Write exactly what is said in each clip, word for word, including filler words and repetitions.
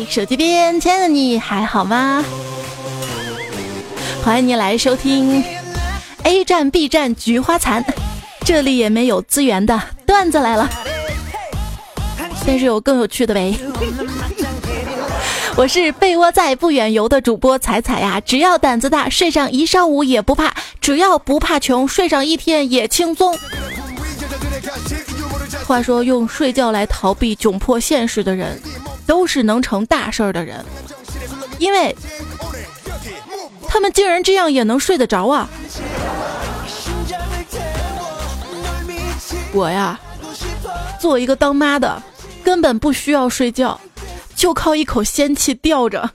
手机边，亲爱的你还好吗？欢迎你来收听 A 站 B 站菊花残，这里也没有资源的段子来了，但是有更有趣的呗。我是被窝在不远游的主播彩彩呀，只要胆子大，睡上一上午也不怕，只要不怕穷，睡上一天也轻松。话说，用睡觉来逃避窘迫现实的人，都是能成大事的人，因为他们竟然这样也能睡得着啊！我呀，做一个当妈的，根本不需要睡觉，就靠一口仙气吊着。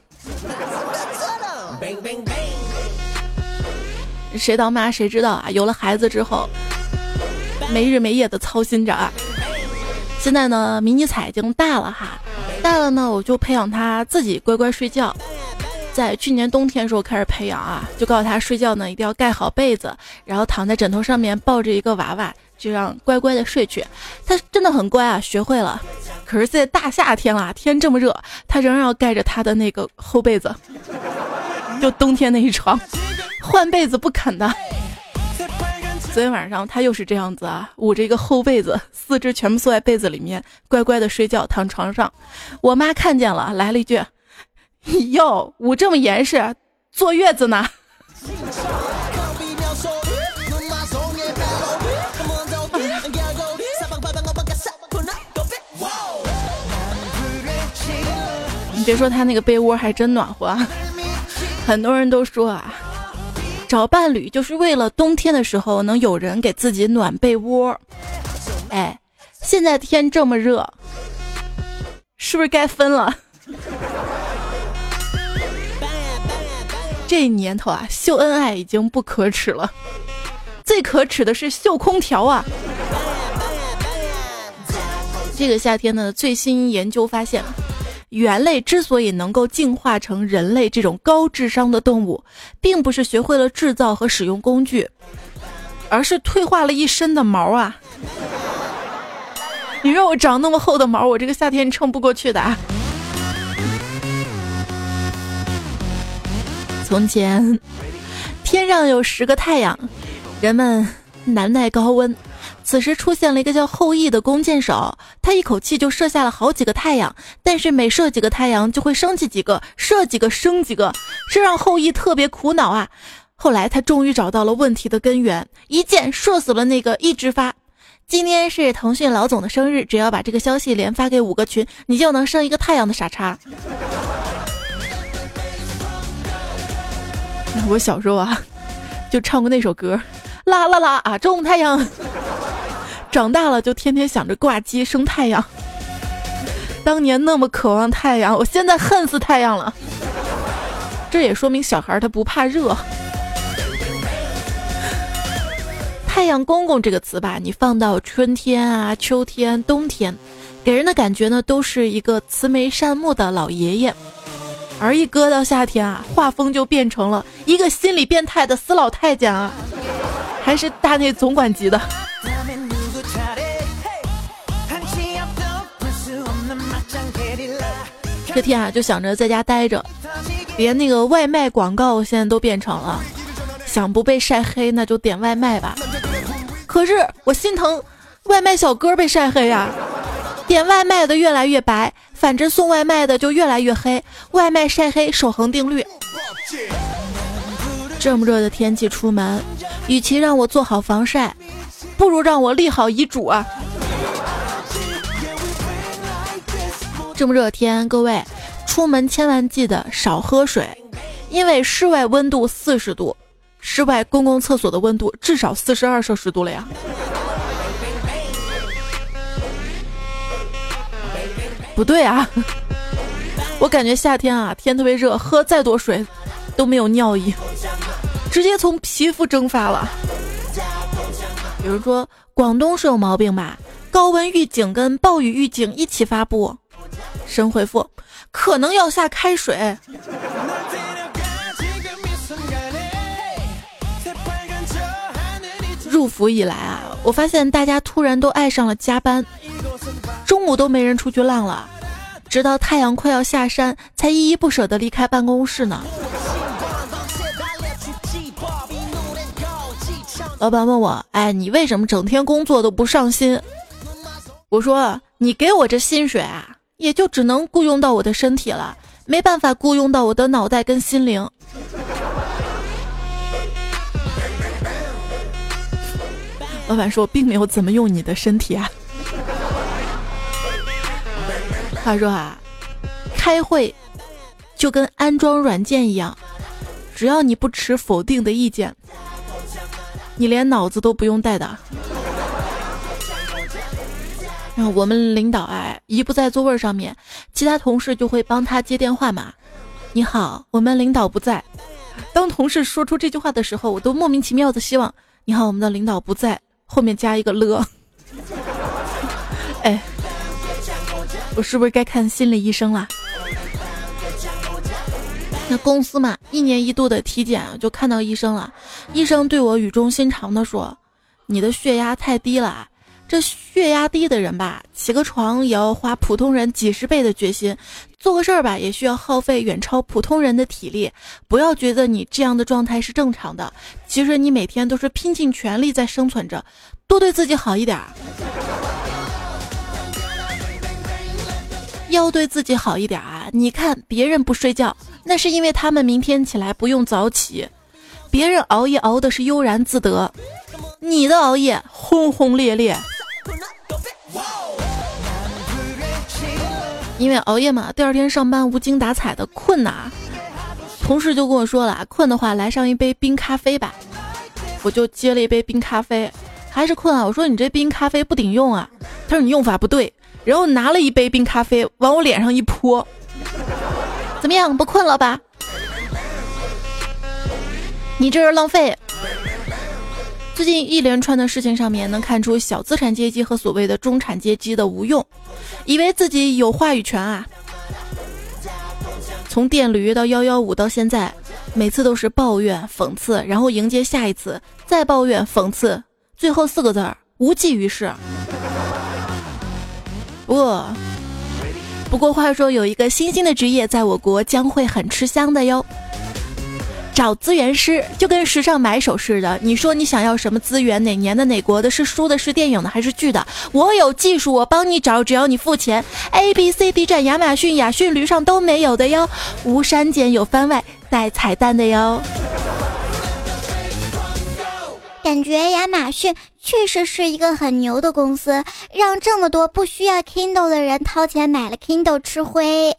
谁当妈谁知道啊？有了孩子之后，没日没夜的操心着啊。现在呢，迷你彩已经大了哈，大了呢，我就培养他自己乖乖睡觉。在去年冬天的时候开始培养啊，就告诉他睡觉呢一定要盖好被子，然后躺在枕头上面抱着一个娃娃，就让乖乖的睡去。他真的很乖啊，学会了。可是现在大夏天了，天这么热，他仍然要盖着他的那个厚被子，就冬天那一床，换被子不肯的。昨天晚上他又是这样子啊，捂着一个厚被子，四肢全部缩在被子里面，乖乖的睡觉，躺床上。我妈看见了，来了一句：哟，捂这么严实，坐月子呢。你别说他那个被窝还真暖和啊。很多人都说啊，找伴侣就是为了冬天的时候能有人给自己暖被窝。哎，现在天这么热，是不是该分了？这年头啊，秀恩爱已经不可耻了，最可耻的是秀空调啊。这个夏天呢，最新研究发现，猿类之所以能够进化成人类这种高智商的动物，并不是学会了制造和使用工具，而是退化了一身的毛啊。你让我长那么厚的毛，我这个夏天撑不过去的啊。从前天上有十个太阳，人们难耐高温，此时出现了一个叫后羿的弓箭手，他一口气就射下了好几个太阳，但是每射几个太阳就会升起几个，射几个升几个，这让后羿特别苦恼啊。后来他终于找到了问题的根源，一箭射死了那个一直发。今天是腾讯老总的生日，只要把这个消息连发给五个群，你就能生一个太阳的傻叉。我小时候啊，就唱过那首歌，啦啦啦啊，种太阳。长大了就天天想着挂机生太阳。当年那么渴望太阳，我现在恨死太阳了。这也说明小孩他不怕热。太阳公公这个词吧，你放到春天啊、秋天、冬天，给人的感觉呢都是一个慈眉善目的老爷爷。而一搁到夏天啊，画风就变成了一个心理变态的死老太监啊，还是大内总管级的。这天啊，就想着在家待着，连那个外卖广告现在都变成了想不被晒黑那就点外卖吧。可是我心疼外卖小哥被晒黑呀、啊，点外卖的越来越白，反正送外卖的就越来越黑，外卖晒黑守恒定律。这么热的天气出门，与其让我做好防晒，不如让我立好遗嘱啊。这么热天，各位出门千万记得少喝水，因为室外温度四十度，室外公共厕所的温度至少四十二摄氏度了呀。不对啊，我感觉夏天啊，天特别热，喝再多水都没有尿意，直接从皮肤蒸发了。比如说广东是有毛病吧，高温预警跟暴雨预警一起发布。神回复可能要下开水。入伏以来啊，我发现大家突然都爱上了加班，中午都没人出去浪了， 直到太阳快要下山才依依不舍地离开办公室呢。老板问我，哎，你为什么整天工作都不上心？我说，你给我这薪水啊，也就只能雇佣到我的身体了，没办法雇佣到我的脑袋跟心灵。老板说，我并没有怎么用你的身体啊。他说啊，开会就跟安装软件一样，只要你不持否定的意见，你连脑子都不用带的。然后我们领导哎，一不在座位上面，其他同事就会帮他接电话嘛。你好，我们领导不在。当同事说出这句话的时候，我都莫名其妙的希望，你好，我们的领导不在，后面加一个了。哎，我是不是该看心理医生啦？那公司嘛，一年一度的体检就看到医生了，医生对我语重心长的说，你的血压太低了，这血压低的人吧，起个床也要花普通人几十倍的决心，做个事儿吧也需要耗费远超普通人的体力，不要觉得你这样的状态是正常的，其实你每天都是拼尽全力在生存着，多对自己好一点，要对自己好一点啊！你看别人不睡觉，那是因为他们明天起来不用早起，别人熬夜熬的是悠然自得，你的熬夜轰轰烈烈。因为熬夜嘛，第二天上班无精打采的，困呐。同事就跟我说了，困的话来上一杯冰咖啡吧。我就接了一杯冰咖啡，还是困啊。我说你这冰咖啡不顶用啊。他说你用法不对。然后拿了一杯冰咖啡往我脸上一泼，怎么样，不困了吧？你这是浪费。最近一连串的事情上面能看出小资产阶级和所谓的中产阶级的无用，以为自己有话语权啊。从电驴到一一五到现在，每次都是抱怨讽刺，然后迎接下一次再抱怨讽刺，最后四个字儿无济于事。不过，不过话说有一个新兴的职业在我国将会很吃香的哟，找资源师，就跟时尚买手似的。你说你想要什么资源，哪年的哪国的，是书的，是电影的，还是剧的？我有技术，我帮你找，只要你付钱。A B C D 站亚马逊、雅逊驴上都没有的哟，无删减有番外带彩蛋的哟。 感觉亚马逊确实是一个很牛的公司，让这么多不需要 Kindle 的人掏钱买了 Kindle 吃灰。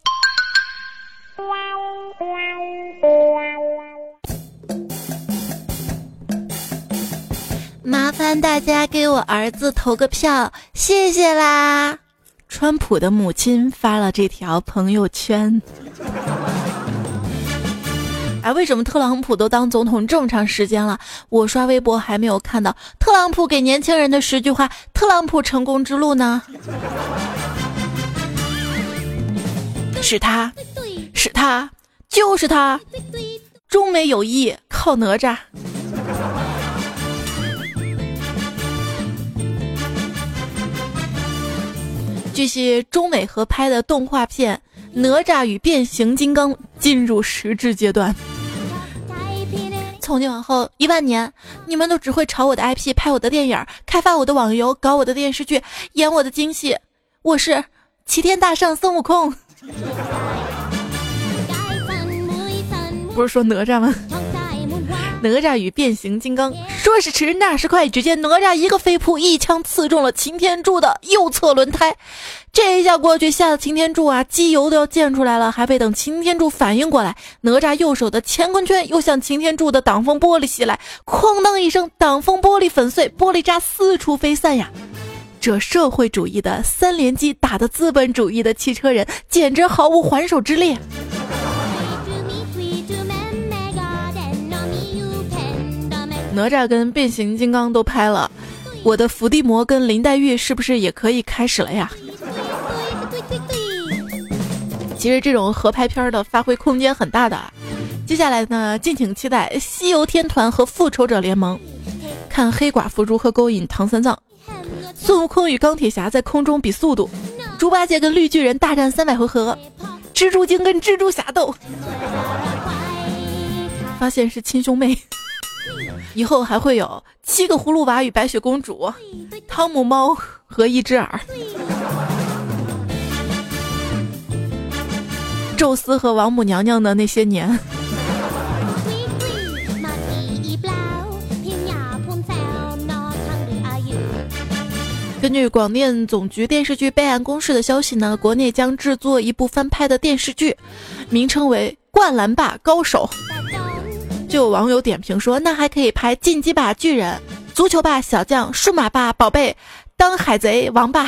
麻烦大家给我儿子投个票，谢谢啦！ 川普的母亲发了这条朋友圈。哎，为什么特朗普都当总统这么长时间了，我刷微博还没有看到特朗普给年轻人的十句话，特朗普成功之路呢？是他，是他，就是他，中美友谊靠哪吒。据悉，中美合拍的动画片《哪吒与变形金刚》进入实质阶段。从今往后一万年，你们都只会炒我的 I P， 拍我的电影，开发我的网游，搞我的电视剧，演我的京戏。我是齐天大圣孙悟空。不是说哪吒吗？哪吒与变形金刚，说时迟那时快，只见哪吒一个飞扑，一枪刺中了擎天柱的右侧轮胎。这一下过去，吓得擎天柱啊，机油都要溅出来了。还没等擎天柱反应过来，哪吒右手的乾坤圈又向擎天柱的挡风玻璃袭来，哐当一声，挡风玻璃粉碎，玻璃渣四处飞散呀！这社会主义的三连击打得资本主义的汽车人简直毫无还手之力。哪吒跟变形金刚都拍了，我的伏地魔跟林黛玉是不是也可以开始了呀？其实这种合拍片的发挥空间很大的。接下来呢，敬请期待西游天团和复仇者联盟，看黑寡妇如何勾引唐三藏，孙悟空与钢铁侠在空中比速度， 猪八戒跟绿巨人大战三百回合，蜘蛛精跟蜘蛛侠斗，发现是亲兄妹。以后还会有七个葫芦娃与白雪公主，汤姆猫和一只耳，宙斯和王母娘娘的那些年。根据广电总局电视剧备案公示的消息呢，国内将制作一部翻拍的电视剧，名称为《灌篮吧高手》。就有网友点评说，那还可以拍进击吧巨人、足球吧小将、数码吧宝贝、当海贼王八。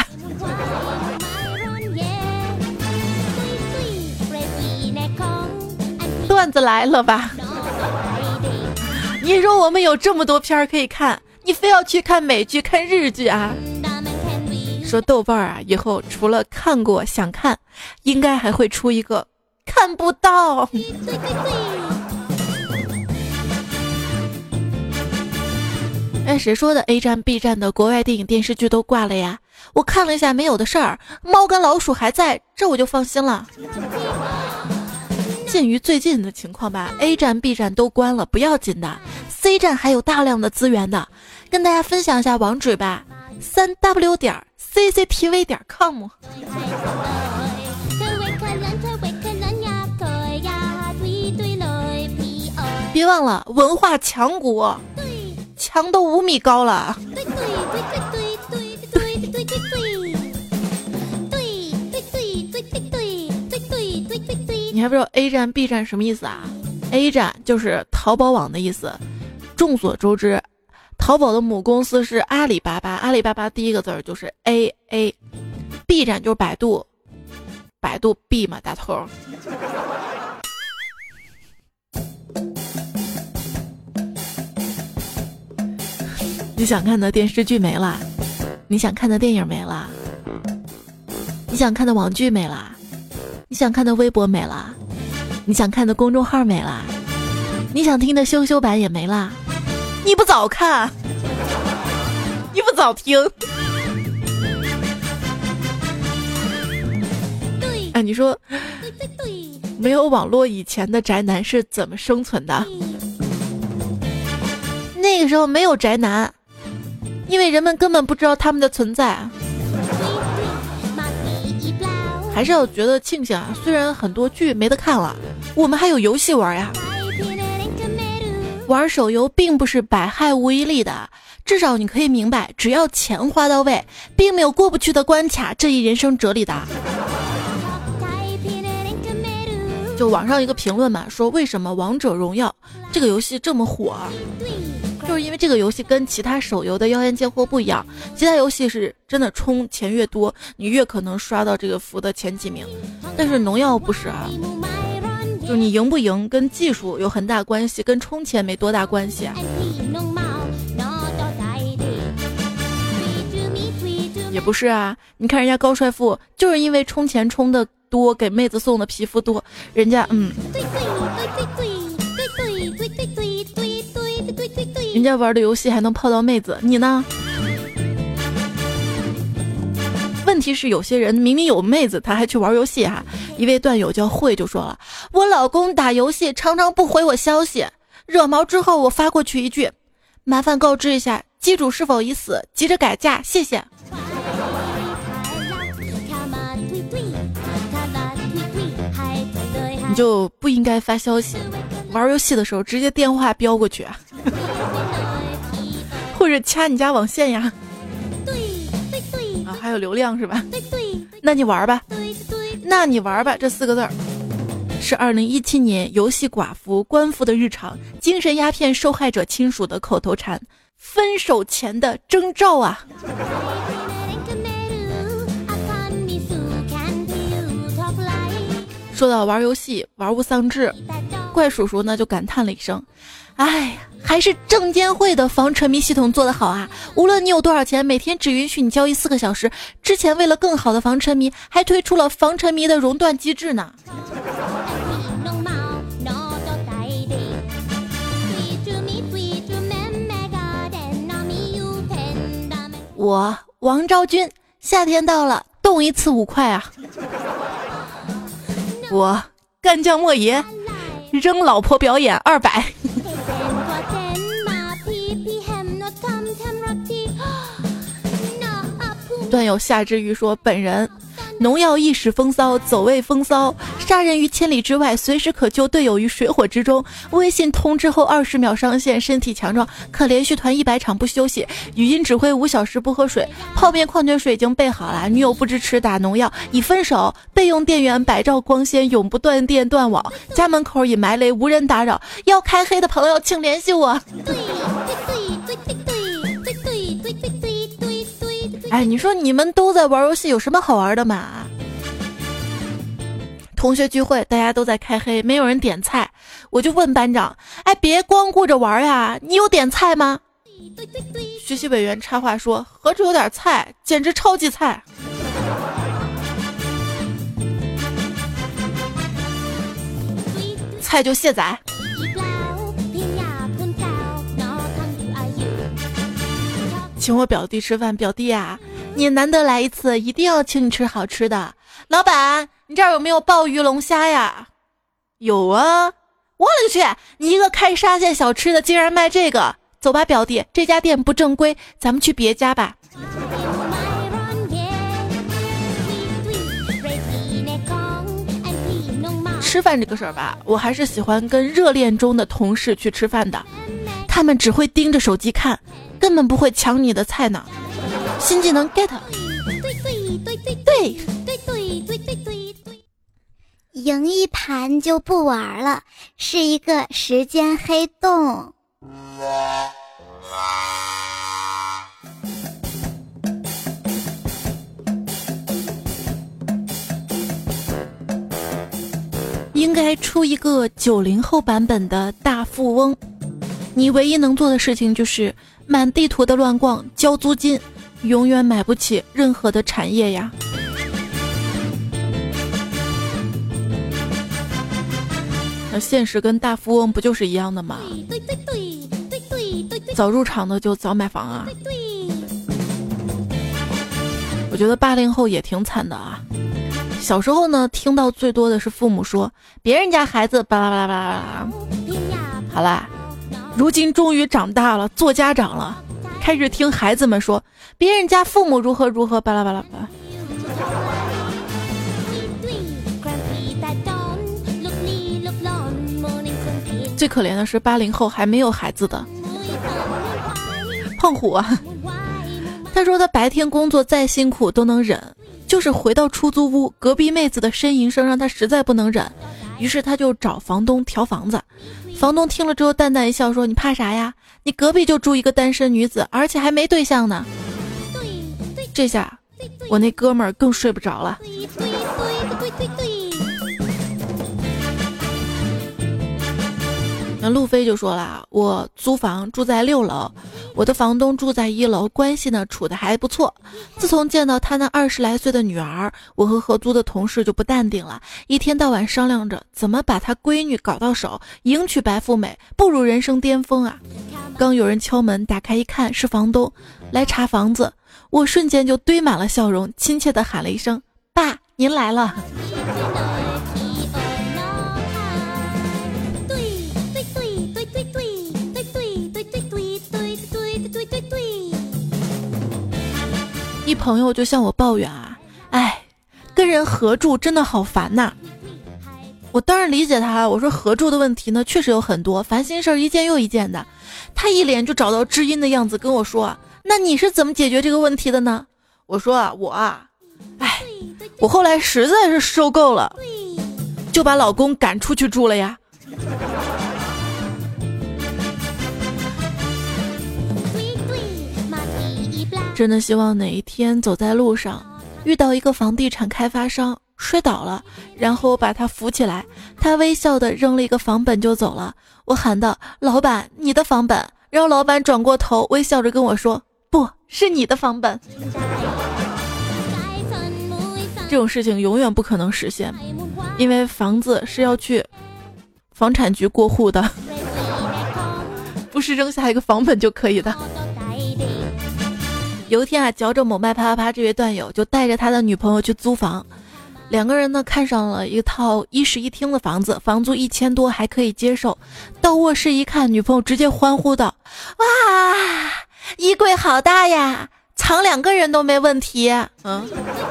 段子来了吧？你说我们有这么多片儿可以看，你非要去看美剧看日剧啊？说豆瓣啊，以后除了看过想看，应该还会出一个看不到。哎，谁说的 A 站 B 站的国外电影电视剧都挂了呀？我看了一下，没有的事儿，猫跟老鼠还在，这我就放心了。鉴于最近的情况吧， A 站 B 站都关了不要紧的， C 站还有大量的资源的，跟大家分享一下网址吧， 三 w 点 c c t v 点 com。 别忘了文化强国，墙都五米高了。你还不知道 A 站 B 站什么意思啊？ A 站就是淘宝网的意思。众所周知，淘宝的母公司是阿里巴巴，阿里巴巴第一个字儿就是 A A。 B 站就是百度，百度 B 嘛，大头。你想看的电视剧没了，你想看的电影没了，你想看的网剧没了，你想看的微博没了，你想看的公众号没了，你想听的羞羞版也没了。你不早看，你不早听。哎，你说没有网络以前的宅男是怎么生存的？那个时候没有宅男，因为人们根本不知道他们的存在。还是要觉得庆幸啊，虽然很多剧没得看了，我们还有游戏玩呀。玩手游并不是百害无一利的，至少你可以明白，只要钱花到位，并没有过不去的关卡这一人生哲理的。就网上一个评论嘛，说为什么王者荣耀这个游戏这么火啊？就是因为这个游戏跟其他手游的妖艳贱货不一样，其他游戏是真的充钱越多，你越可能刷到这个服的前几名，但是农药不是啊，就你赢不赢跟技术有很大关系，跟充钱没多大关系啊。也不是啊，你看人家高帅富就是因为充钱充的多，给妹子送的皮肤多，人家嗯人家玩的游戏还能泡到妹子，你呢？问题是有些人明明有妹子他还去玩游戏哈。一位段友叫慧就说了，我老公打游戏常常不回我消息，惹毛之后我发过去一句，麻烦告知一下机主是否已死，急着改嫁，谢谢。你就不应该发消息，玩游戏的时候直接电话飙过去啊，或者掐你家网线呀。啊，还有流量是吧？那你玩吧，那你玩吧，这四个字儿是二零一七年游戏寡妇官复的日常，精神鸦片受害者亲属的口头禅，分手前的征兆啊。说到玩游戏玩物丧志，怪叔叔呢就感叹了一声，哎，还是证监会的防沉迷系统做得好啊，无论你有多少钱，每天只允许你交易四个小时，之前为了更好的防沉迷还推出了防沉迷的熔断机制呢。我王昭君，夏天到了， 动一次五块啊。我干将莫邪扔老婆表演二百。段友夏之瑜说，本人农药一时风骚，走位风骚，杀人于千里之外，随时可救队友于水火之中。微信通知后二十秒上线，身体强壮，可连续团一百场不休息。语音指挥五小时不喝水，泡面矿泉水已经备好了。女友不支持打农药，已分手，备用电源百兆光纤，永不断电断网。家门口已埋雷，无人打扰。要开黑的朋友请联系我。哎，你说你们都在玩游戏，有什么好玩的嘛？同学聚会，大家都在开黑，没有人点菜，我就问班长：“哎，别光顾着玩呀，你有点菜吗？”学习委员插话说：“何止有点菜，简直超级菜。”菜就卸载。请我表弟吃饭，表弟啊，你难得来一次，一定要请你吃好吃的。老板，你这儿有没有鲍鱼龙虾呀？有啊。我勒个去，你一个开沙县小吃的竟然卖这个。走吧表弟，这家店不正规，咱们去别家吧。吃饭这个事儿吧，我还是喜欢跟热恋中的同事去吃饭的，他们只会盯着手机看，根本不会抢你的菜呢。新技能 get。 对， 赢一盘就不玩了，是一个时间黑洞。 应该出一个九零后版本的大富翁，你唯一能做的事情就是满地图的乱逛，交租金，永远买不起任何的产业呀。那现实跟大富翁不就是一样的吗？早入场的就早买房啊。我觉得八零后也挺惨的啊。小时候呢，听到最多的是父母说别人家孩子巴拉巴拉巴拉巴拉。好啦，如今终于长大了，做家长了，开始听孩子们说别人家父母如何如何巴拉巴拉巴拉。最可怜的是八零后还没有孩子的胖虎啊，他说他白天工作再辛苦都能忍，就是回到出租屋，隔壁妹子的呻吟声让他实在不能忍，于是他就找房东调房子。房东听了之后淡淡一笑说，你怕啥呀，你隔壁就住一个单身女子，而且还没对象呢。这下我那哥们儿更睡不着了。那路飞就说了，我租房住在六楼，我的房东住在一楼，关系呢处得还不错。自从见到他那二十来岁的女儿，我和合租的同事就不淡定了，一天到晚商量着怎么把他闺女搞到手，迎娶白富美，步入人生巅峰啊。刚有人敲门，打开一看是房东来查房子，我瞬间就堆满了笑容，亲切地喊了一声，爸您来了。一朋友就向我抱怨啊，哎，跟人合住真的好烦呐。我当然理解他，我说合住的问题呢确实有很多，烦心事儿一件又一件的。他一脸就找到知音的样子跟我说啊，那你是怎么解决这个问题的呢？我说啊，我啊，哎，我后来实在是受够了，就把老公赶出去住了呀。真的希望哪一天走在路上遇到一个房地产开发商摔倒了，然后我把他扶起来，他微笑的扔了一个房本就走了。我喊道，老板你的房本，然后老板转过头微笑着跟我说，不是你的房本。这种事情永远不可能实现，因为房子是要去房产局过户的，不是扔下一个房本就可以的。 有一天啊，嚼着某麦啪啪啪这位段友就带着他的女朋友去租房，两个人呢看上了一套一室一厅的房子，房租一千多还可以接受。到卧室一看，女朋友直接欢呼道：哇，衣柜好大呀，藏两个人都没问题。嗯。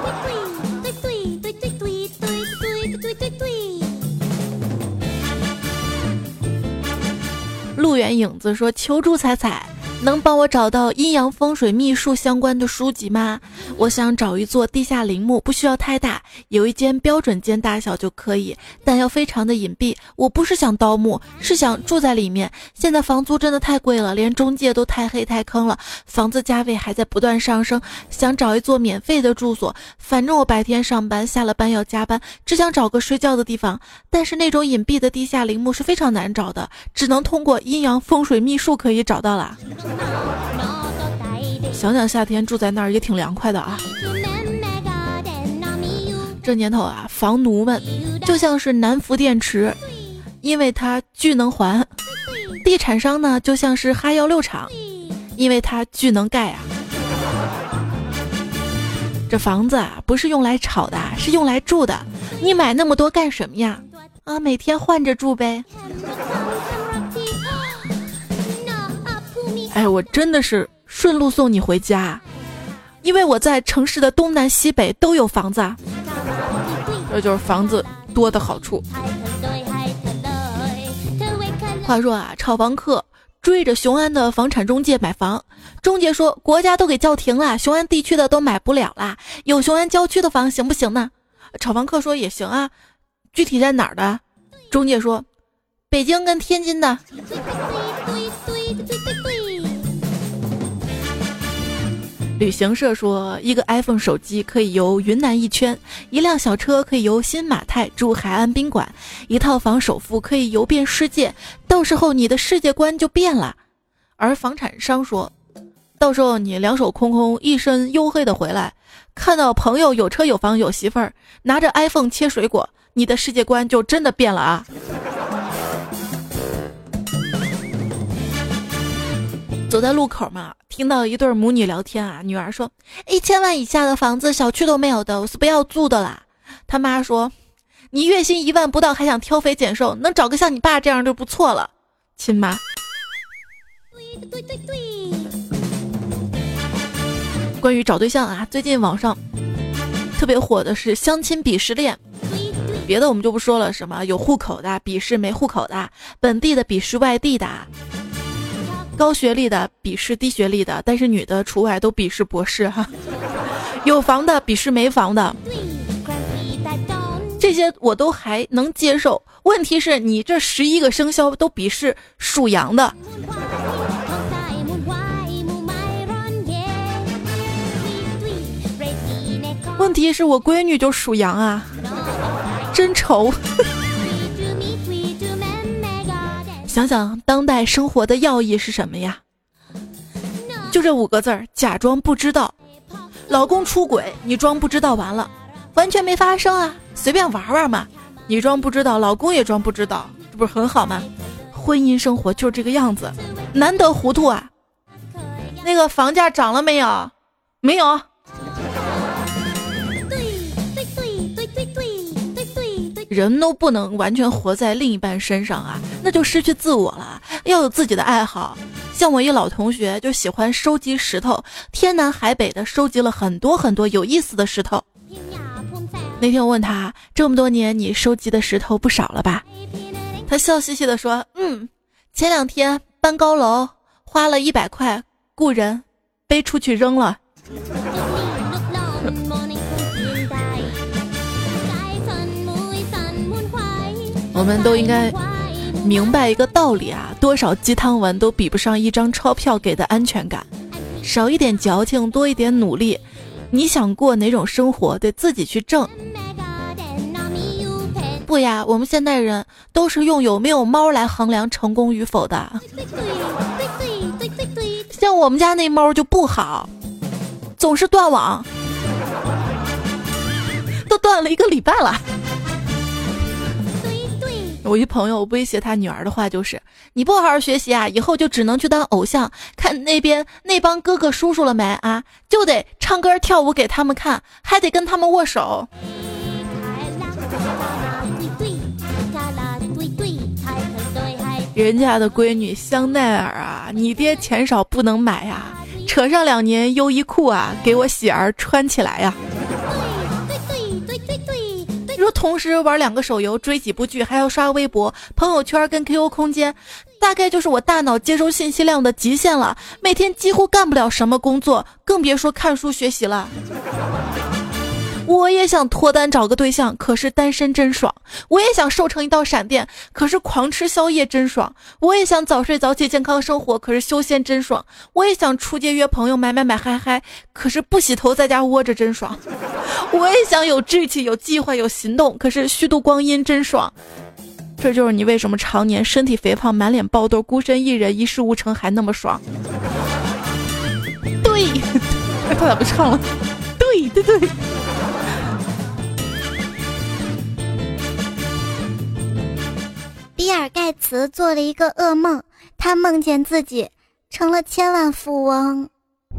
路远影子说：求助彩彩，能帮我找到阴阳风水秘术相关的书籍吗？我想找一座地下陵墓，不需要太大，有一间标准间大小就可以，但要非常的隐蔽。我不是想盗墓，是想住在里面。现在房租真的太贵了，连中介都太黑太坑了，房子价位还在不断上升，想找一座免费的住所。反正我白天上班，下了班要加班，只想找个睡觉的地方。但是那种隐蔽的地下陵墓是非常难找的，只能通过阴阳风水秘术可以找到了。想想夏天住在那儿也挺凉快的啊。这年头啊，房奴们就像是南孚电池，因为它巨能还；地产商呢就像是哈药六厂，因为它巨能盖啊。这房子啊不是用来炒的，是用来住的。你买那么多干什么呀？啊，每天换着住呗。哎，我真的是顺路送你回家，因为我在城市的东南西北都有房子，这就是房子多的好处。话说啊，炒房客追着雄安的房产中介买房，中介说国家都给叫停了，雄安地区的都买不了啦，有雄安郊区的房行不行呢？炒房客说也行啊，具体在哪儿的？中介说北京跟天津的。旅行社说，一个 iPhone 手机可以游云南一圈，一辆小车可以游新马泰住海岸宾馆，一套房首付可以游遍世界，到时候你的世界观就变了。而房产商说，到时候你两手空空，一身黝黑的回来，看到朋友有车有房有媳妇儿，拿着 iPhone 切水果，你的世界观就真的变了啊。走在路口嘛，听到一对母女聊天啊，女儿说一千万以下的房子小区都没有的，我是不要住的啦。他妈说你月薪一万不到还想挑肥拣瘦，能找个像你爸这样就不错了。亲妈。对对对对。关于找对象啊，最近网上特别火的是相亲鄙视链，别的我们就不说了，什么有户口的鄙视没户口的，本地的鄙视外地的，高学历的鄙视低学历的，但是女的除外都鄙视博士哈。有房的鄙视没房的，这些我都还能接受。问题是你这十一个生肖都鄙视属羊的。问题是我闺女就属羊啊，真愁。想想当代生活的要义是什么呀？就这五个字儿，假装不知道。老公出轨，你装不知道完了，完全没发生啊，随便玩玩嘛。你装不知道，老公也装不知道，这不是很好吗？婚姻生活就是这个样子，难得糊涂啊。那个房价涨了没有？没有。人都不能完全活在另一半身上啊，那就失去自我了。要有自己的爱好，像我一老同学就喜欢收集石头，天南海北的收集了很多很多有意思的石头。那天我问他，这么多年你收集的石头不少了吧？他笑嘻嘻地说，嗯，前两天搬高楼花了一百块，雇人背出去扔了。我们都应该明白一个道理啊，多少鸡汤文都比不上一张钞票给的安全感。少一点矫情，多一点努力。你想过哪种生活，得自己去挣。不呀，我们现代人都是用有没有猫来衡量成功与否的。像我们家那猫就不好，总是断网，都断了一个礼拜了。 我一朋友威胁他女儿的话就是：你不好好学习啊，以后就只能去当偶像，看那边那帮哥哥叔叔了没啊，就得唱歌跳舞给他们看，还得跟他们握手。人家的闺女香奈儿啊，你爹钱少不能买呀、啊，扯上两年优衣库啊，给我喜儿穿起来呀、啊。你说同时玩两个手游，追几部剧，还要刷微博、朋友圈跟 Q Q 空间，大概就是我大脑接收信息量的极限了。每天几乎干不了什么工作，更别说看书学习了。我也想脱单找个对象，可是单身真爽。我也想瘦成一道闪电，可是狂吃宵夜真爽。我也想早睡早起健康生活，可是修仙真爽。我也想出街约朋友买买买嗨嗨，可是不洗头在家窝着真爽。我也想有志气有计划有行动，可是虚度光阴真爽。这就是你为什么常年身体肥胖满脸爆痘孤身一人一事无成还那么爽。对，他咋不唱了？对对对。 比尔盖茨做了一个噩梦，他梦见自己成了千万富翁。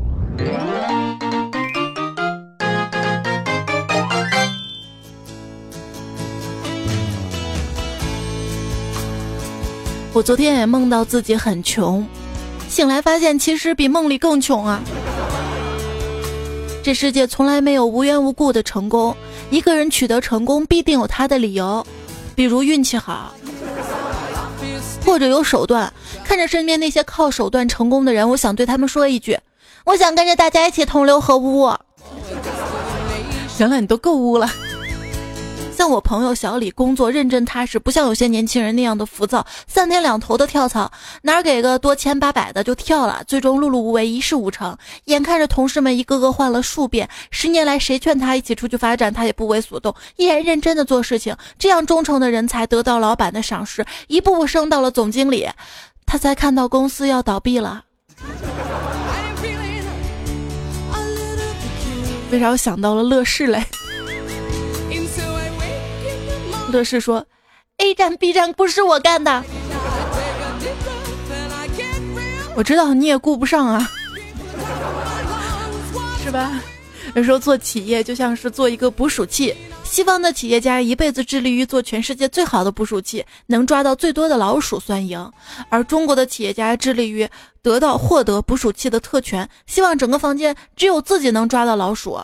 我昨天也梦到自己很穷，醒来发现其实比梦里更穷啊。这世界从来没有无缘无故的成功，一个人取得成功必定有他的理由，比如运气好，或者有手段。看着身边那些靠手段成功的人，我想对他们说一句：我想跟着大家一起同流合污。行了，你都够污了。像我朋友小李，工作认真踏实，不像有些年轻人那样的浮躁，三天两头的跳槽，哪给个多千八百的就跳了，最终碌碌无为，一事无成。眼看着同事们一个个换了数遍，十年来谁劝他一起出去发展，他也不为所动，依然认真的做事情。这样忠诚的人才得到老板的赏识，一步步升到了总经理，他才看到公司要倒闭了。为啥我想到了乐视嘞？乐视说 A 站 B 站不是我干的。我知道你也顾不上啊，是吧？有时候做企业就像是做一个捕鼠器，西方的企业家一辈子致力于做全世界最好的捕鼠器，能抓到最多的老鼠算赢，而中国的企业家致力于得到获得捕鼠器的特权，希望整个房间只有自己能抓到老鼠。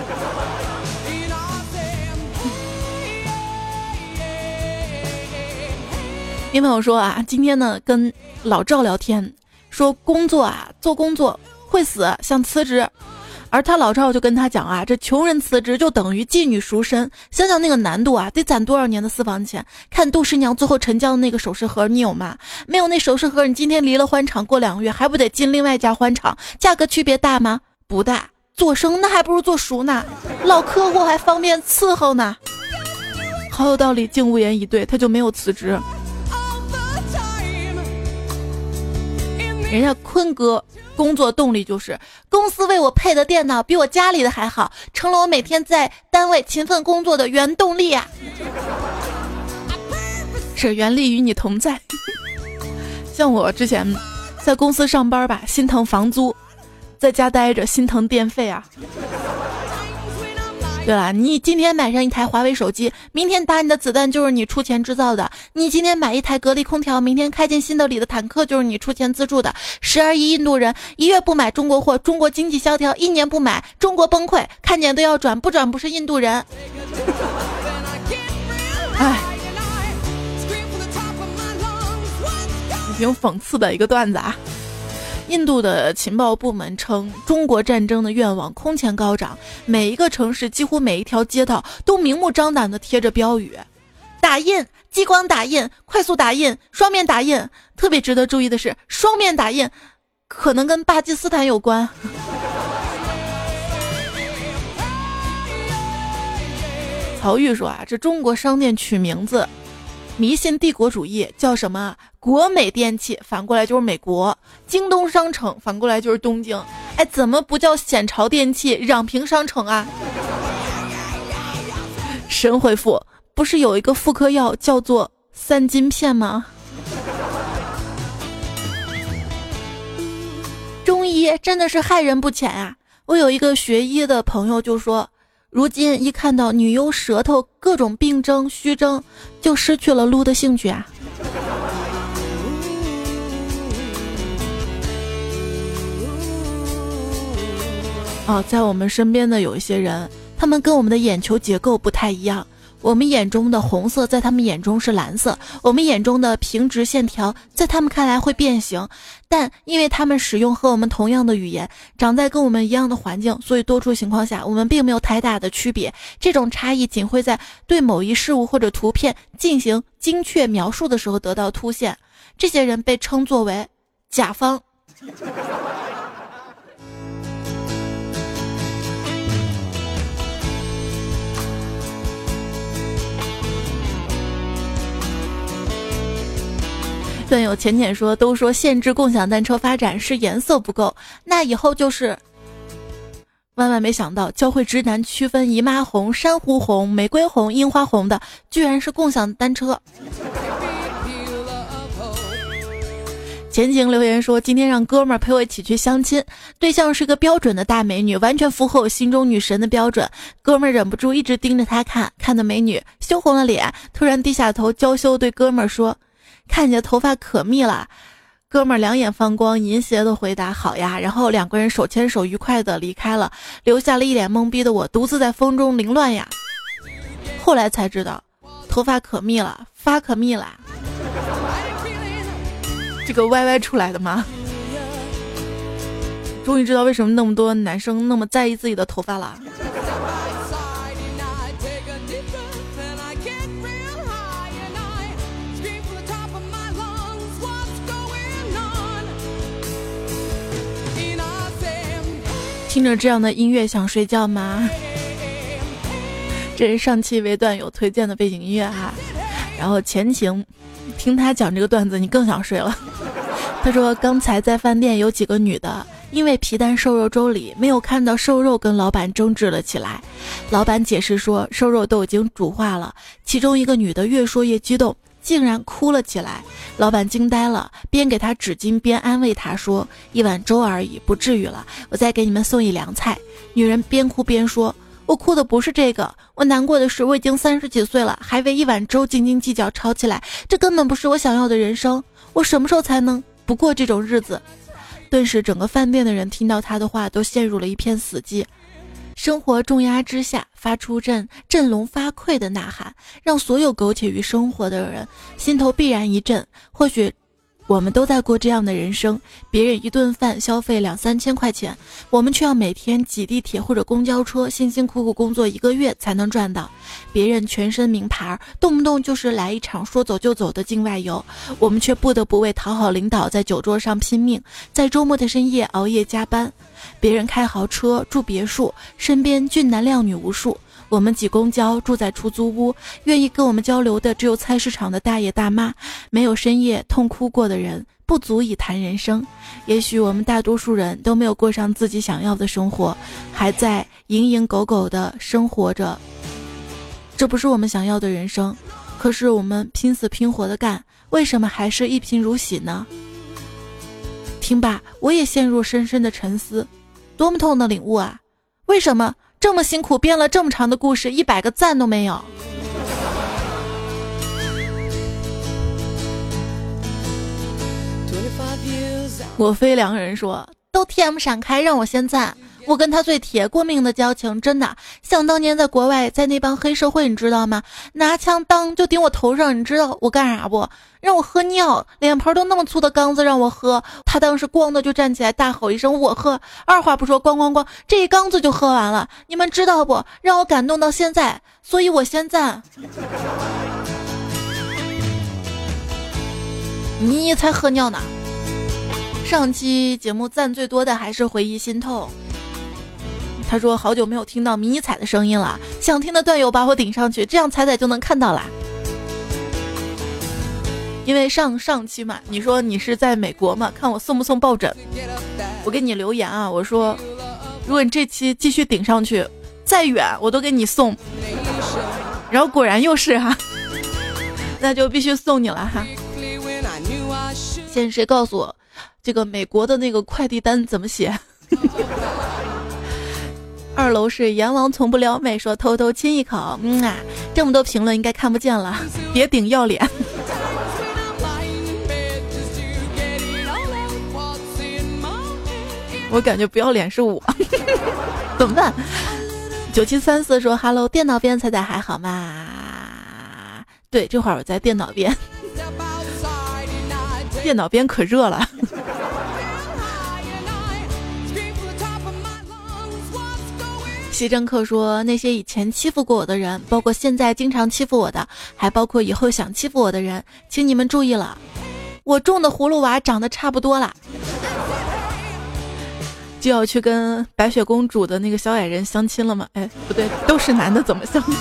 一朋友说啊，今天呢跟老赵聊天，说工作啊做工作会死，想辞职。而他老赵就跟他讲啊，这穷人辞职就等于妓女赎身，想想那个难度啊，得攒多少年的私房钱。看杜十娘最后成交的那个首饰盒，你有吗？没有那首饰盒，你今天离了欢场，过两个月还不得进另外一家欢场？价格区别大吗？不大。做生那还不如做熟呢，老客户还方便伺候呢。好有道理，竟无言以对，他就没有辞职。人家坤哥工作动力就是公司为我配的电脑比我家里的还好，成了我每天在单位勤奋工作的原动力啊！是原力与你同在。像我之前在公司上班吧，心疼房租，在家待着心疼电费啊。对了，你今天买上一台华为手机，明天打你的子弹就是你出钱制造的；你今天买一台格力空调，明天开进新德里的坦克就是你出钱资助的。十二亿印度人一月不买中国货，中国经济萧条；一年不买，中国崩溃。看见都要转，不转不是印度人。哎，挺讽刺的一个段子啊。印度的情报部门称，中国战争的愿望空前高涨，每一个城市几乎每一条街道都明目张胆地贴着标语：打印、激光打印、快速打印、双面打印。特别值得注意的是，双面打印可能跟巴基斯坦有关。曹玉说啊，这中国商店取名字迷信帝国主义，叫什么国美电器，反过来就是美国；京东商城反过来就是东京。哎，怎么不叫显朝电器壤平商城啊？神回复，不是有一个妇科药叫做三金片吗？中医真的是害人不浅啊！我有一个学医的朋友就说，如今一看到女优舌头各种病症虚症，就失去了撸的兴趣啊。哦，在我们身边的有一些人，他们跟我们的眼球结构不太一样。我们眼中的红色在他们眼中是蓝色，我们眼中的平直线条在他们看来会变形，但因为他们使用和我们同样的语言，长在跟我们一样的环境，所以多数情况下我们并没有太大的区别。这种差异仅会在对某一事物或者图片进行精确描述的时候得到凸显。这些人被称作为甲方。段友浅浅说，都说限制共享单车发展是颜色不够，那以后就是万万没想到教会直男区分姨妈红、珊瑚红、玫瑰红、樱花红的居然是共享单车。前景留言说，今天让哥们儿陪我一起去相亲，对象是个标准的大美女，完全符合我心中女神的标准。哥们儿忍不住一直盯着她看，看的美女羞红了脸，突然低下头娇羞对哥们儿说，看你的头发可密了。哥们儿两眼放光，淫邪的回答好呀，然后两个人手牵手愉快的离开了，留下了一脸懵逼的我独自在风中凌乱呀。后来才知道头发可密了，发可密了，这个歪歪出来的吗？终于知道为什么那么多男生那么在意自己的头发了。听着这样的音乐想睡觉吗？这是上期为段友推荐的背景音乐哈。然后前情听他讲这个段子你更想睡了。他说刚才在饭店有几个女的因为皮蛋瘦肉粥里没有看到瘦肉跟老板争执了起来，老板解释说瘦肉都已经煮化了，其中一个女的越说越激动，竟然哭了起来，老板惊呆了，边给她纸巾边安慰她说，一碗粥而已，不至于了，我再给你们送一凉菜。女人边哭边说，我哭的不是这个，我难过的是我已经三十几岁了，还为一碗粥斤斤计较吵起来，这根本不是我想要的人生，我什么时候才能不过这种日子。顿时整个饭店的人听到他的话都陷入了一片死寂。生活重压之下发出阵振聋发聩的呐喊，让所有苟且于生活的人心头必然一震。或许我们都在过这样的人生，别人一顿饭消费两三千块钱，我们却要每天挤地铁或者公交车，辛辛苦苦工作一个月才能赚到。别人全身名牌，动不动就是来一场说走就走的境外游，我们却不得不为讨好领导在酒桌上拼命，在周末的深夜熬夜加班。别人开豪车住别墅，身边俊男靓女无数，我们挤公交住在出租屋，愿意跟我们交流的只有菜市场的大爷大妈，没有深夜痛哭过的人，不足以谈人生。也许我们大多数人都没有过上自己想要的生活，还在蝇营狗苟的生活着，这不是我们想要的人生。可是我们拼死拼活的干，为什么还是一贫如洗呢？听罢我也陷入深深的沉思，多么痛的领悟啊！为什么这么辛苦编了这么长的故事，一百个赞都没有？我非良人说，都 T M 闪开让我先赞，我跟他最铁过命的交情，真的想当年在国外，在那帮黑社会你知道吗，拿枪当就顶我头上，你知道我干啥不？让我喝尿，脸盆都那么粗的缸子让我喝，他当时咣的就站起来大吼一声我喝，二话不说咣咣咣这一缸子就喝完了，你们知道不？让我感动到现在，所以我先赞。你才喝尿呢。上期节目赞最多的还是回忆心痛，他说好久没有听到迷你彩的声音了，想听的段友把我顶上去，这样彩彩就能看到啦。因为上上期嘛，你说你是在美国嘛，看我送不送抱枕，我给你留言啊，我说如果你这期继续顶上去，再远我都给你送，然后果然又是哈、啊。 那就必须送你了哈。现在谁告诉我这个美国的那个快递单怎么写？二楼是阎王从不撩妹，说偷偷亲一口，嗯啊，这么多评论应该看不见了，别顶要脸。我感觉不要脸是我，怎么办？九七三四说 Hello， 电脑边彩彩还好吗？对，这会儿我在电脑边，电脑边可热了。西征克说，那些以前欺负过我的人，包括现在经常欺负我的，还包括以后想欺负我的人，请你们注意了，我种的葫芦娃长得差不多了，就要去跟白雪公主的那个小矮人相亲了吗？哎，不对，都是男的，怎么相亲？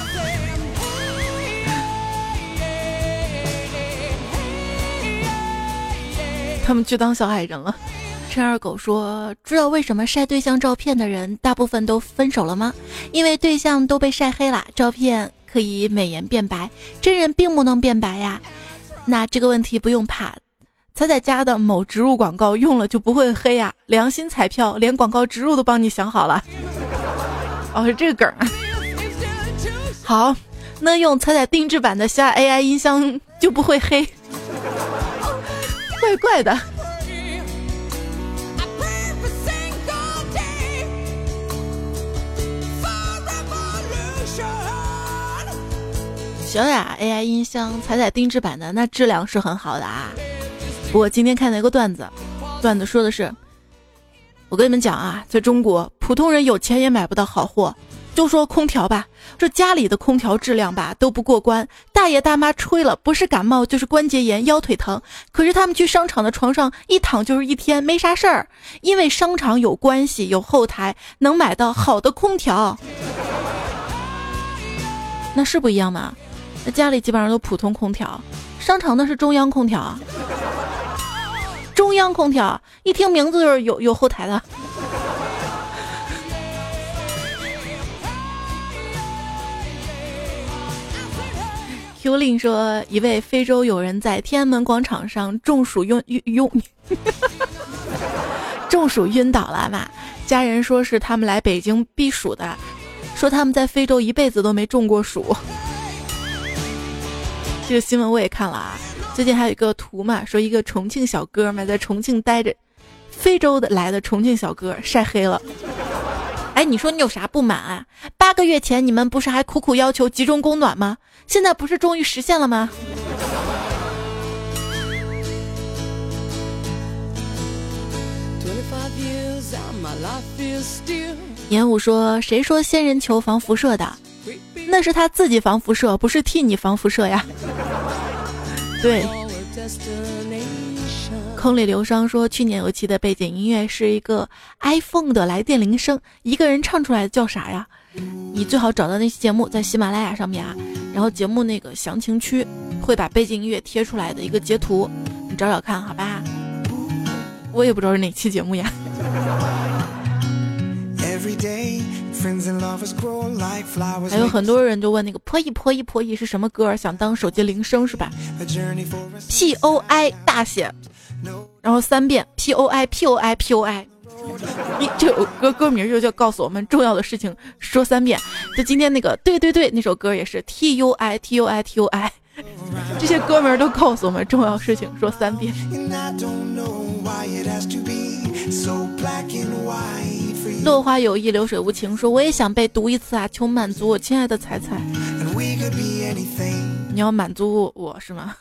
他们去当小矮人了。陈二狗说，知道为什么晒对象照片的人大部分都分手了吗？因为对象都被晒黑了，照片可以美颜变白，真人并不能变白呀。那这个问题不用怕，彩彩家的某植入广告用了就不会黑呀，良心彩票连广告植入都帮你想好了。哦，是这个梗啊。好，那用彩彩定制版的下 A I 音箱就不会黑，怪怪的。小雅 A I 音箱彩彩定制版的，那质量是很好的啊。我今天看了一个段子，段子说的是，我跟你们讲啊，在中国普通人有钱也买不到好货，就说空调吧，这家里的空调质量吧都不过关，大爷大妈吹了不是感冒就是关节炎腰腿疼，可是他们去商场的床上一躺就是一天没啥事儿，因为商场有关系有后台，能买到好的空调。那是不一样吗？那家里基本上都普通空调，商场那是中央空调，中央空调一听名字就是有有后台的。Q 令说，一位非洲友人在天安门广场上中暑晕晕晕，中暑晕倒了嘛，家人说是他们来北京避暑的，说他们在非洲一辈子都没中过暑。这个新闻我也看了啊，最近还有一个图嘛，说一个重庆小哥们在重庆待着，非洲的来的重庆小哥晒黑了。哎，你说你有啥不满啊？八个月前你们不是还苦苦要求集中供暖吗？现在不是终于实现了吗？严武说，谁说仙人球防辐射的？那是他自己防辐射，不是替你防辐射呀。对。空里流伤说，去年有期的背景音乐是一个 iPhone 的来电铃声，一个人唱出来的叫啥呀？你最好找到那期节目在喜马拉雅上面啊，然后节目那个详情区会把背景音乐贴出来的一个截图，你找找看好吧。我也不知道是哪期节目呀。还有很多人就问那个破译破译破译是什么歌，想当手机铃声是吧？ P O I 大写，然后三遍 P O I P O I P O I， 你这首歌歌名就叫告诉我们重要的事情说三遍。就今天那个对对对那首歌也是 T U I T U I T U I， 这些歌名都告诉我们重要事情说三遍。落花有意流水无情说，我也想被读一次啊，求满足我亲爱的彩彩。你要满足我是吗？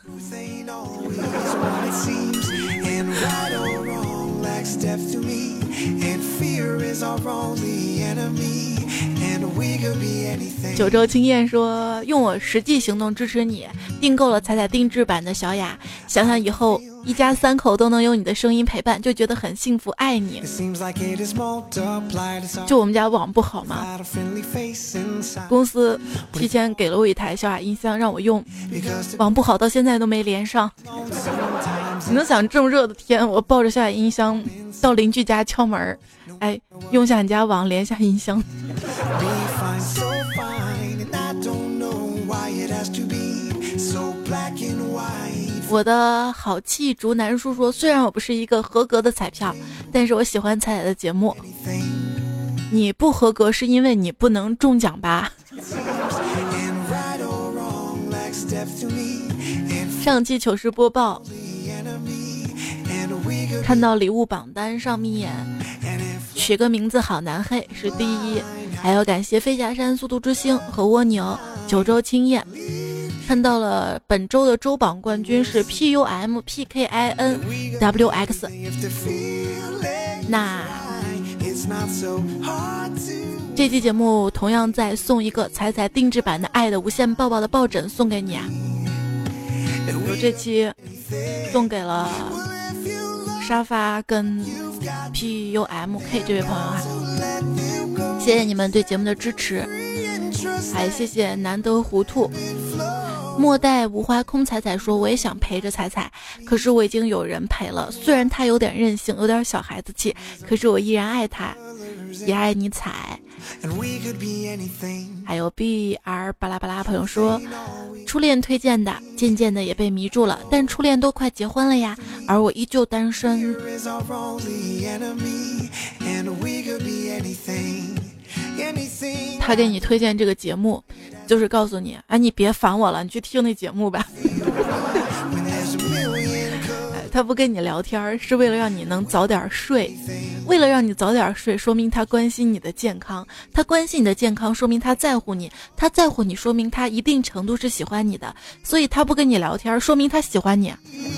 九州青燕说，用我实际行动支持你，订购了彩彩定制版的小雅，想想以后一家三口都能有你的声音陪伴，就觉得很幸福，爱你。就我们家网不好吗？公司提前给了我一台小雅音箱让我用，网不好到现在都没连上。你能想这么热的天，我抱着小雅音箱到邻居家敲门，哎，用下你家网连下音箱。 我的好气竹南叔说，虽然我不是一个合格的彩票，但是我喜欢彩彩的节目。你不合格是因为你不能中奖吧？上期糗事播报，看到礼物榜单上面取个名字好难嘿是第一，还要感谢飞霞山、速度之星和蜗牛、九州青燕。看到了本周的周榜冠军是 P U M P K I N W X。 那这期节目同样再送一个彩彩定制版的爱的无限抱抱的抱枕送给你啊！我这期送给了沙发跟 P U M K 这位朋友啊，谢谢你们对节目的支持，还谢谢难得糊涂。莫待无花空彩彩说，我也想陪着彩彩，可是我已经有人陪了，虽然他有点任性，有点小孩子气，可是我依然爱他，也爱你彩。还有 B R 巴拉巴拉朋友说，初恋推荐的，渐渐的也被迷住了，但初恋都快结婚了呀，而我依旧单身。他给你推荐这个节目，就是告诉你，哎，你别烦我了，你去听那节目吧。他不跟你聊天是为了让你能早点睡，为了让你早点睡，说明他关心你的健康，他关心你的健康，说明他在乎你，他在乎你，说明他一定程度是喜欢你的，所以他不跟你聊天，说明他喜欢你。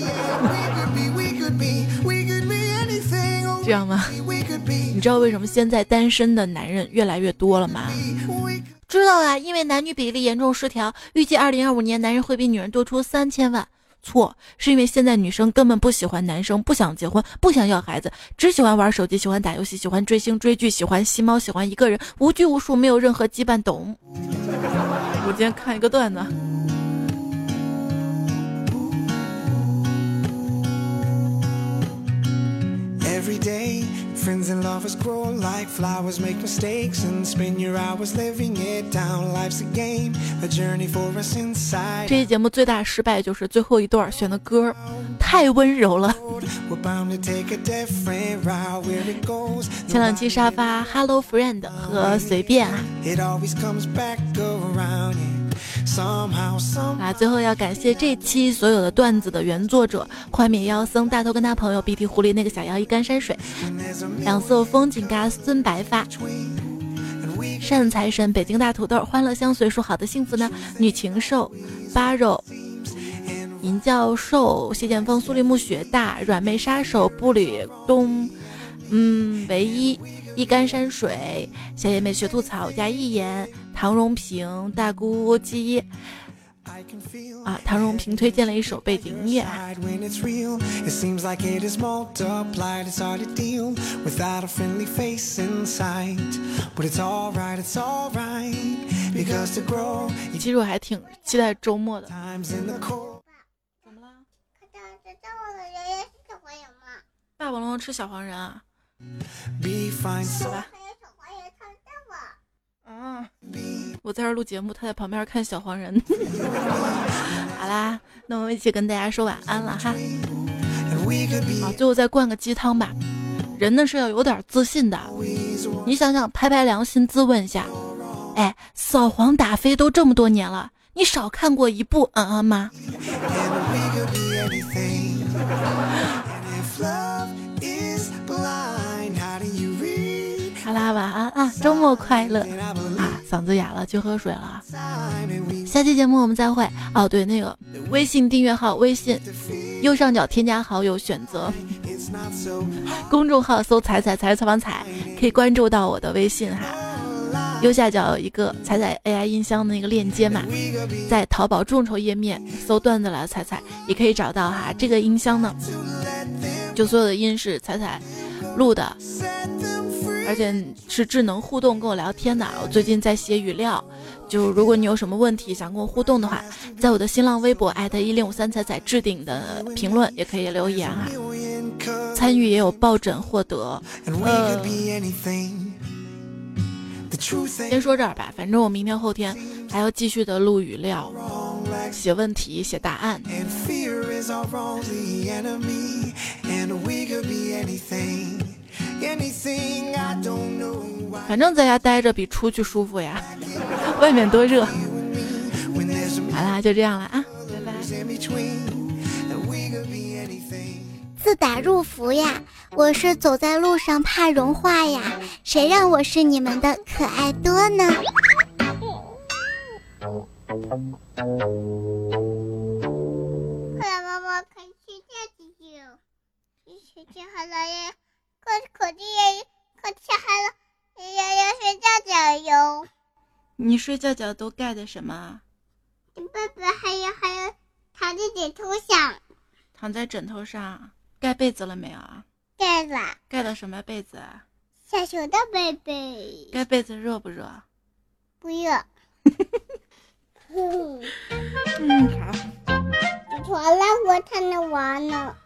这样吗？你知道为什么现在单身的男人越来越多了吗？知道啊，因为男女比例严重失调，预计二零二五年男人会比女人多出三千万。错，是因为现在女生根本不喜欢男生，不想结婚，不想要孩子，只喜欢玩手机，喜欢打游戏，喜欢追星追剧，喜欢吸猫，喜欢一个人，无拘无束，没有任何羁绊，懂？我今天看一个段子。Every day, friends and lovers grow like flowers, make mistakes and spend your hours living it down. Life's a game, a journey for us inside. 这期节目最大失败就是最后一段选的歌太温柔了。前两期沙发 Hello Friend 和随便啊。啊，最后要感谢这期所有的段子的原作者：幻灭妖僧、大头跟他朋友、鼻涕狐狸、那个小妖一干山水、两色风景嘎、孙白发、善财神、北京大土豆、欢乐相随、说好的幸福呢、女禽兽、八肉、银教授、谢剑锋、苏立木、雪大、软妹杀手、步履东、嗯，唯一、一干山水、小野妹、学吐槽、加一言、唐荣平、大姑鸡啊，唐荣平推荐了一首背景音乐。其实我还挺期待周末的。怎么了？大王龙爷爷是小黄人吗？大王龙吃小黄人啊？走吧。啊！我在这录节目，他在旁边看小黄人。好啦，那我们一起跟大家说晚安了哈。好，最后再灌个鸡汤吧。人呢是要有点自信的。你想想，拍拍良心，自问一下，哎，扫黄打非都这么多年了，你少看过一部嗯嗯吗？好啦，晚安啊，周末快乐啊！嗓子哑了，去喝水了。下期节目我们再会。哦，对，那个微信订阅号，微信右上角添加好友，选择公众号搜彩彩彩采访彩，可以关注到我的微信哈。右下角有一个彩彩 A I 音箱的那个链接嘛，在淘宝众筹页面搜段子来的彩彩也可以找到哈。这个音箱呢，就所有的音是彩彩录的，而且是智能互动跟我聊天的。我最近在写语料，就如果你有什么问题想跟我互动的话，在我的新浪微博艾特一零五三彩彩置顶的评论也可以留言哈。参与也有抱枕获得。呃，先说这儿吧，反正我明天后天还要继续的录语料、写问题、写答案。 our only enemy, and we could be anything, anything I don't know why. 反正在家待着比出去舒服呀，外面多热。好啦，就这样了啊，拜拜。 自打入伏呀，我是走在路上怕融化呀，谁让我是你们的可爱多呢？ 快妈妈快睡觉去，睡觉好了呀，快快点快起来了，要要睡觉觉哟。 你睡觉觉都盖的什么？ 爸爸还有还有躺在枕头上。 躺在枕头上，盖被子了没有啊？ 盖了。 盖了什么被子啊？ 小熊的被被。 盖被子热不热？ 不热。 嗯，好。 床了我才能玩呢。